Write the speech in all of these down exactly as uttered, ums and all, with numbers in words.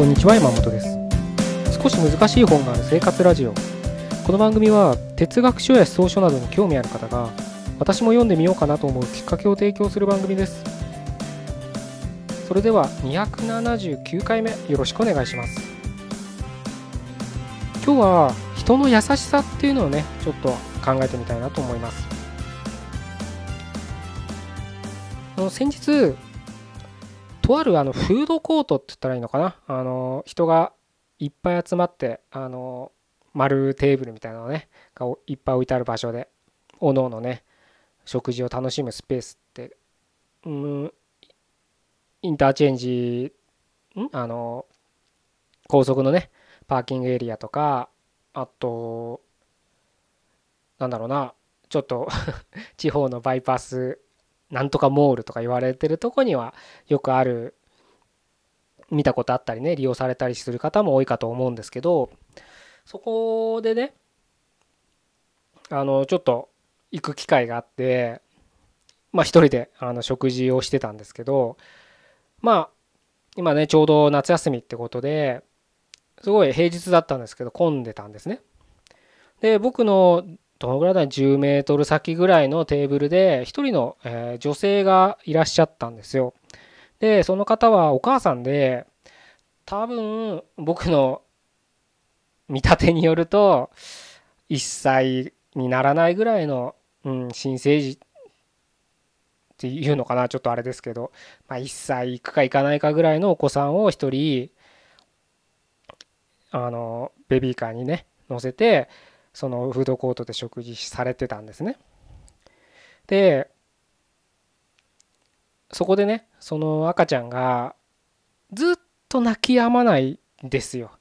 こんにちは、山本です。少し難しい本がある生活ラジオ。この番組は哲学書や思想書などに興味ある方が、私も読んでみようかなと思うきっかけを提供する番組です。それではにひゃくななじゅうきゅうかいめ、よろしくお願いします。今日は人の優しさっていうのをね、ちょっと考えてみたいなと思います。あの先日とあるあのフードコートって言ったらいいのかな、あの人がいっぱい集まって、あの丸テーブルみたいなのねがいっぱい置いてある場所でおのおのね食事を楽しむスペースって、うん、インターチェンジんあの高速のねパーキングエリアとか、あとなんだろうな、ちょっと地方のバイパスなんとかモールとか言われてるとこにはよくある、見たことあったりね利用されたりする方も多いかと思うんですけど、そこでねあのちょっと行く機会があって、まあ一人であの食事をしてたんですけど、まあ今ねちょうど夏休みってことですごい平日だったんですけど混んでたんですね。で僕のどのぐらいだじゅうメートル先ぐらいのテーブルで一人の、えー女性がいらっしゃったんですよ。でその方はお母さんで、多分僕の見立てによるといっさいにならないぐらいの、うん、新生児っていうのかな、ちょっとあれですけど、まあ、いっさいいくかいかないかぐらいのお子さんを一人あのベビーカーにね乗せてそのフードコートで食事されてたんですね。でそこでねその赤ちゃんがずっと泣き止まないんですよ。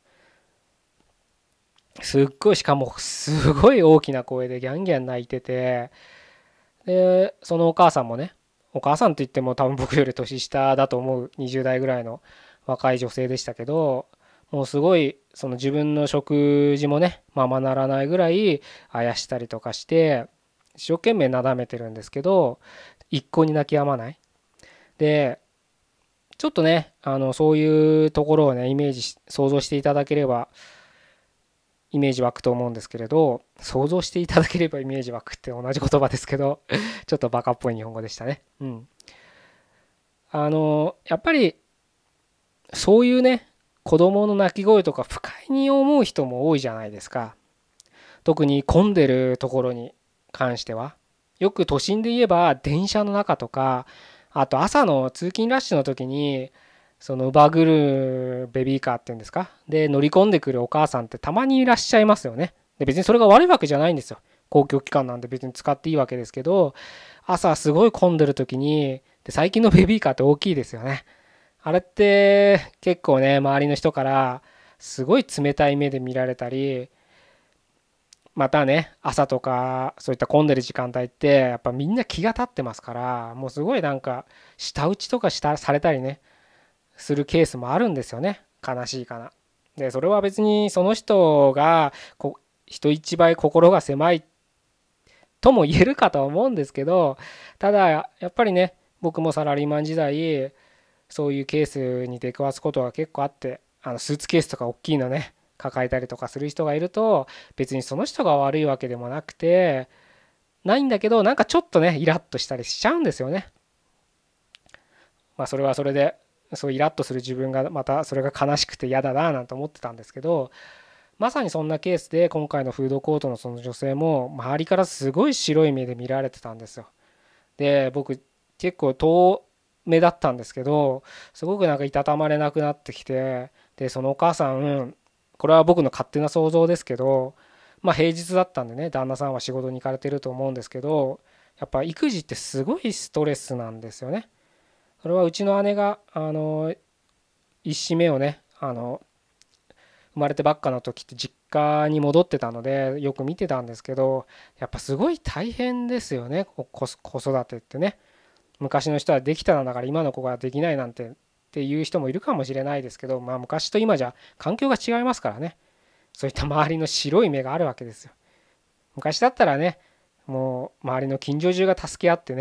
すっごい、しかもすごい大きな声でギャンギャン泣いてて、でそのお母さんもね、お母さんって言っても多分僕より年下だと思うにじゅう代ぐらいの若い女性でしたけど、もうすごいその自分の食事もねままならないぐらいあやしたりとかして一生懸命なだめてるんですけど、一向に泣き止まない。でちょっとねあのそういうところをねイメージし想像していただければイメージ湧くと思うんですけれど、想像していただければイメージ湧くって同じ言葉ですけどちょっとバカっぽい日本語でしたね。うん。あのやっぱりそういうね子供の泣き声とか不快に思う人も多いじゃないですか。特に混んでるところに関しては。よく都心で言えば電車の中とか、あと朝の通勤ラッシュの時にその乳母車ベビーカーっていうんですかで乗り込んでくるお母さんってたまにいらっしゃいますよね。で別にそれが悪いわけじゃないんですよ。公共機関なんで別に使っていいわけですけど、朝すごい混んでる時に、で最近のベビーカーって大きいですよね。あれって結構ね周りの人からすごい冷たい目で見られたり、またね朝とかそういった混んでる時間帯ってやっぱみんな気が立ってますから、もうすごいなんか舌打ちとかしたされたりねするケースもあるんですよね。悲しいかな。でそれは別にその人がこ人一倍心が狭いとも言えるかとは思うんですけど、ただやっぱりね僕もサラリーマン時代そういうケースに出くわすことが結構あって、あのスーツケースとか大きいのね抱えたりとかする人がいると、別にその人が悪いわけでもなくてないんだけど、なんかちょっとねイラッとしたりしちゃうんですよね。まあそれはそれでそうイラッとする自分がまたそれが悲しくて嫌だななんて思ってたんですけど、まさにそんなケースで今回のフードコートのその女性も周りからすごい白い目で見られてたんですよ。で僕結構遠目だったんですけど、すごくなんかいたたまれなくなってきて、でそのお母さん、これは僕の勝手な想像ですけど、まあ平日だったんでね旦那さんは仕事に行かれてると思うんですけど、やっぱ育児ってすごいストレスなんですよね。それはうちの姉があの一子目をねあの生まれてばっかの時って実家に戻ってたのでよく見てたんですけど、やっぱすごい大変ですよね、子育てってね。昔の人はできたんだから今の子ができないなんてっていう人もいるかもしれないですけど、まあ昔と今じゃ環境が違いますからね。そういった周りの白い目があるわけですよ。昔だったらねもう周りの近所中が助け合ってね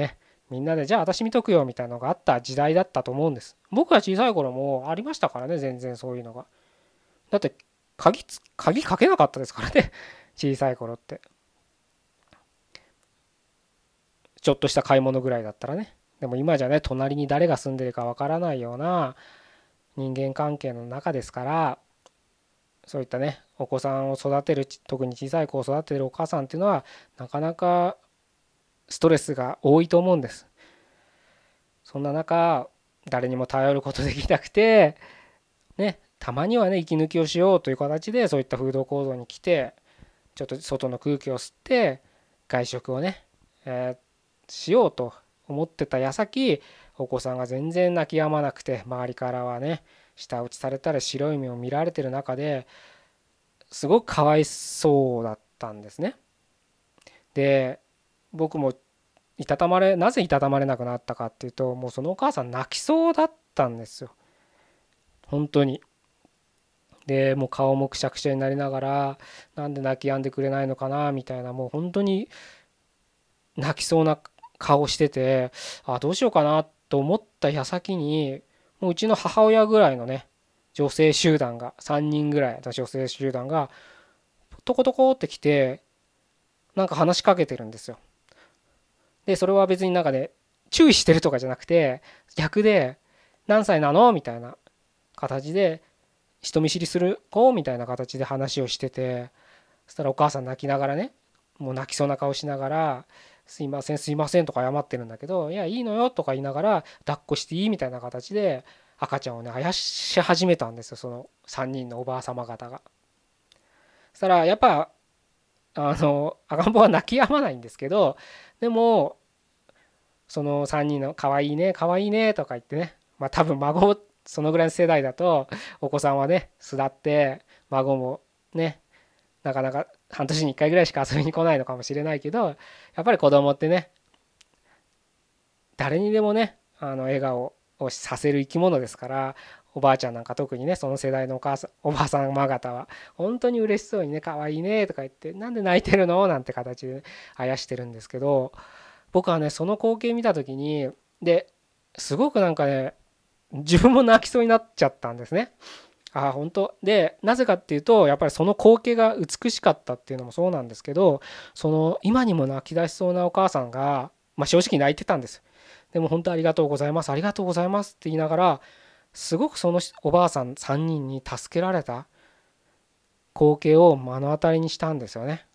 みんなでじゃあ私見とくよみたいなのがあった時代だったと思うんです。僕が小さい頃もありましたからね、全然そういうのが。だって鍵つ鍵かけなかったですからね小さい頃って。ちょっとした買い物ぐらいだったらね。でも今じゃね、隣に誰が住んでるかわからないような人間関係の中ですから、そういったね、お子さんを育てる、特に小さい子を育てるお母さんっていうのはなかなかストレスが多いと思うんです。そんな中、誰にも頼ることできなくてね、たまにはね息抜きをしようという形でそういったフードコートに来て、ちょっと外の空気を吸って外食をね、えーしようと思ってた矢先、お子さんが全然泣き止まなくて、周りからはね舌打ちされたり白い目を見られてる中ですごくかわいそうだったんですね。で、僕もいたたまれなぜいたたまれなくなったかっていうと、もうそのお母さん泣きそうだったんですよ、本当に。でもう顔もくしゃくしゃになりながら、なんで泣き止んでくれないのかなみたいな、もう本当に泣きそうな顔してて、あ、どうしようかなと思った矢先に、もううちの母親ぐらいのね女性集団がさんにんぐらいの女性集団がトコトコって来て、なんか話しかけてるんですよ。でそれは別になんかね注意してるとかじゃなくて、逆で何歳なのみたいな形で、人見知りする子みたいな形で話をしてて、そしたらお母さん泣きながらね、もう泣きそうな顔しながら「すいませんすいません」とか謝ってるんだけど「いやいいのよ」とか言いながら「抱っこしていい」みたいな形で赤ちゃんをねあやし始めたんですよ、そのさんにんのおばあ様方が。そしたらやっぱあの赤ん坊は泣き止まないんですけど、でもそのさんにんの「かわいいねかわいいね」とか言ってね、まあ多分孫そのぐらいの世代だとお子さんはね巣立って、孫もねなかなか半年にいっかいぐらいしか遊びに来ないのかもしれないけど、やっぱり子供ってね誰にでもねあの笑顔をさせる生き物ですから、おばあちゃんなんか特にねその世代のお母さんおばあさま方は本当に嬉しそうにね「かわいいね」とか言って「なんで泣いてるの?」なんて形であやしてるんですけど、僕はねその光景見た時に、ですごくなんかね自分も泣きそうになっちゃったんですね。ああ本当で、なぜかっていうとやっぱりその光景が美しかったっていうのもそうなんですけど、その今にも泣き出しそうなお母さんが、まあ、正直泣いてたんです。でも本当ありがとうございますありがとうございますって言いながら、すごくそのおばあさんさんにんに助けられた光景を目の当たりにしたんですよね。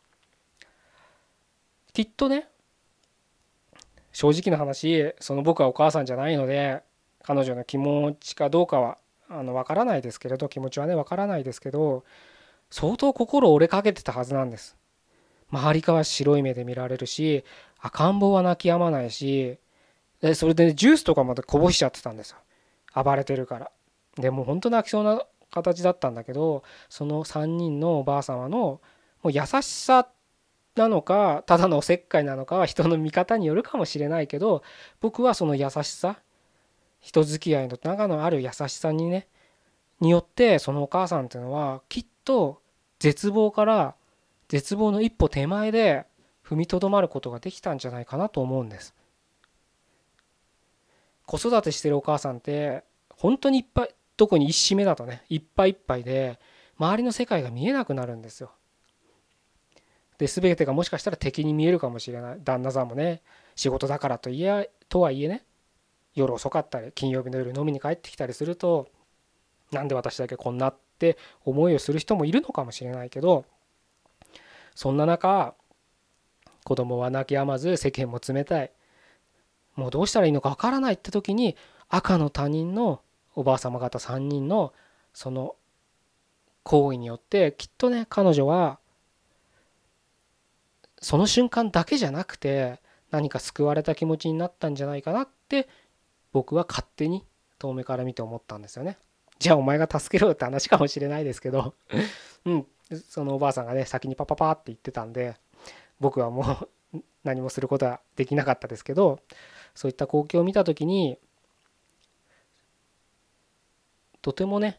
きっとね、正直な話、その僕はお母さんじゃないので彼女の気持ちかどうかはあの分からないですけれど、気持ちはね分からないですけど、相当心折れかけてたはずなんです。周りから白い目で見られるし、赤ん坊は泣き止まないし、でそれで、ね、ジュースとかまでこぼしちゃってたんですよ、暴れてるから。でもう本当泣きそうな形だったんだけど、そのさんにんのおばあ様のもう優しさなのかただのおせっかいなのかは人の見方によるかもしれないけど、僕はその優しさ、人付き合いの中のある優しさにねによって、そのお母さんっていうのはきっと絶望から絶望の一歩手前で踏みとどまることができたんじゃないかなと思うんです。子育てしてるお母さんって本当にいっぱい、特に一締めだとねいっぱいいっぱいで周りの世界が見えなくなるんですよ。で全てがもしかしたら敵に見えるかもしれない。旦那さんもね仕事だからといえとはいえね、夜遅かったり金曜日の夜飲みに帰ってきたりすると、なんで私だけこんなって思いをする人もいるのかもしれないけど、そんな中子供は泣き止まず世間も冷たい、もうどうしたらいいのかわからないって時に、赤の他人のおばあ様方さんにんのその行為によってきっとね彼女はその瞬間だけじゃなくて何か救われた気持ちになったんじゃないかなって、僕は勝手に遠目から見て思ったんですよね。じゃあお前が助けろよって話かもしれないですけどうん、そのおばあさんがね先にパパパって言ってたんで、僕はもう何もすることはできなかったですけど、そういった光景を見た時にとてもね、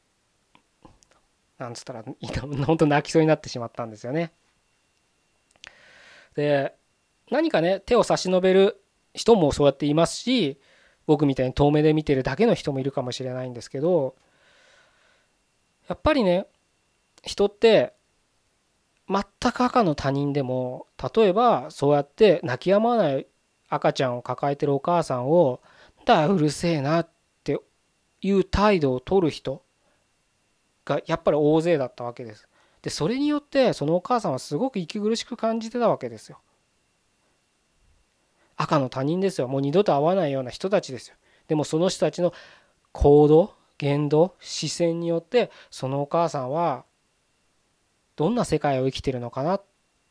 なんつったら本当泣きそうになってしまったんですよね。で何かね手を差し伸べる人もそうやっていますし、僕みたいに遠目で見てるだけの人もいるかもしれないんですけど、やっぱりね、人って全く赤の他人でも、例えばそうやって泣き止まない赤ちゃんを抱えてるお母さんをだうるせえなっていう態度を取る人がやっぱり大勢だったわけです。でそれによってそのお母さんはすごく息苦しく感じてたわけですよ。赤の他人ですよ。もう二度と会わないような人たちですよ。でもその人たちの行動、言動、視線によってそのお母さんはどんな世界を生きてるのかな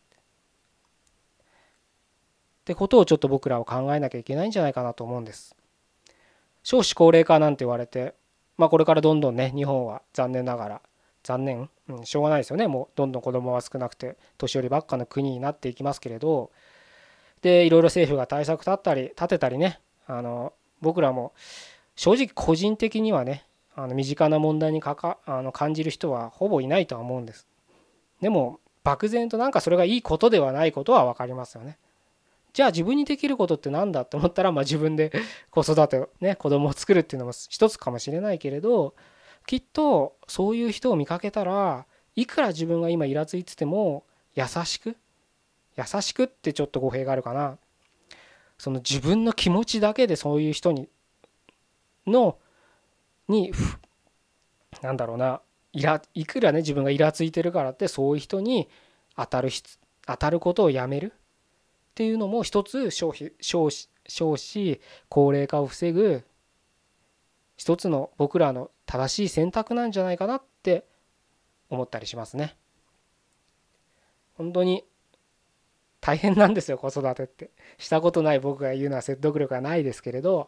ってことをちょっと僕らは考えなきゃいけないんじゃないかなと思うんです。少子高齢化なんて言われて、まあこれからどんどんね、日本は残念ながら、残念、うん、しょうがないですよね。もうどんどん子供は少なくて年寄りばっかの国になっていきますけれど、でいろいろ政府が対策立ったり立てたりね、あの僕らも正直個人的にはね、あの身近な問題にかかあの感じる人はほぼいないとは思うんです。でも漠然となんかそれがいいことではないことは分かりますよね。じゃあ自分にできることってなんだって思ったら、まあ自分で子育てをね、子供を作るっていうのも一つかもしれないけれど、きっとそういう人を見かけたら、いくら自分が今イラついてても優しく優しくってちょっと語弊があるかな、その自分の気持ちだけでそういう人にのになんだろうな、いらいくらね自分がイラついてるからってそういう人に当たる当たることをやめるっていうのも一つ少子少子少子高齢化を防ぐ一つの僕らの正しい選択なんじゃないかなって思ったりしますね。本当に大変なんですよ、子育てって。したことない僕が言うのは説得力がないですけれど、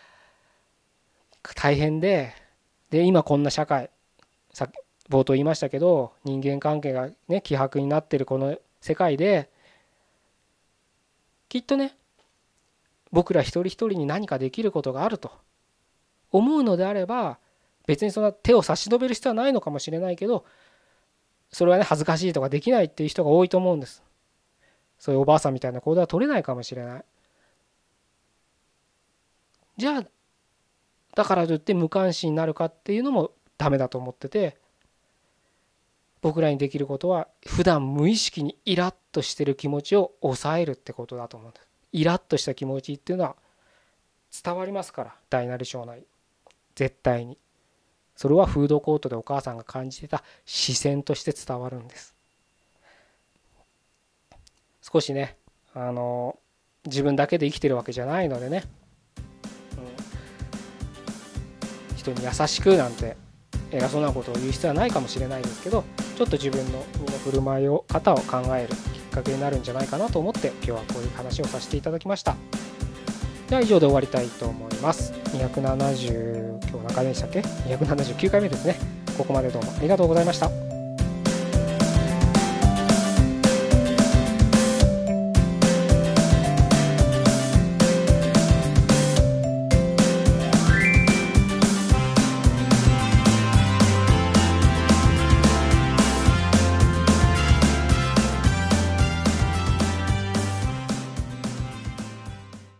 大変で、で今こんな社会、さ冒頭言いましたけど、人間関係がね希薄になってるこの世界で、きっとね僕ら一人一人に何かできることがあると思うのであれば、別にそんな手を差し伸べる必要はないのかもしれないけど、それはね恥ずかしいとかできないっていう人が多いと思うんです。そういうおばあさんみたいな行動は取れないかもしれない。じゃあだからといって無関心になるかっていうのもダメだと思ってて、僕らにできることは普段無意識にイラッとしてる気持ちを抑えるってことだと思うんです。イラッとした気持ちっていうのは伝わりますから、大なり小なり絶対に。それはフードコートでお母さんが感じてた視線として伝わるんです。少しね、あの自分だけで生きてるわけじゃないのでね、うん、人に優しくなんて偉そうなことを言う必要はないかもしれないですけど、ちょっと自分の身の振る舞いを方を考えるきっかけになるんじゃないかなと思って、今日はこういう話をさせていただきました。では以上で終わりたいと思います。にひゃくななじゅう、今日何回目でしたっけ？にひゃくななじゅうきゅうかいめですね。ここまでどうもありがとうございました。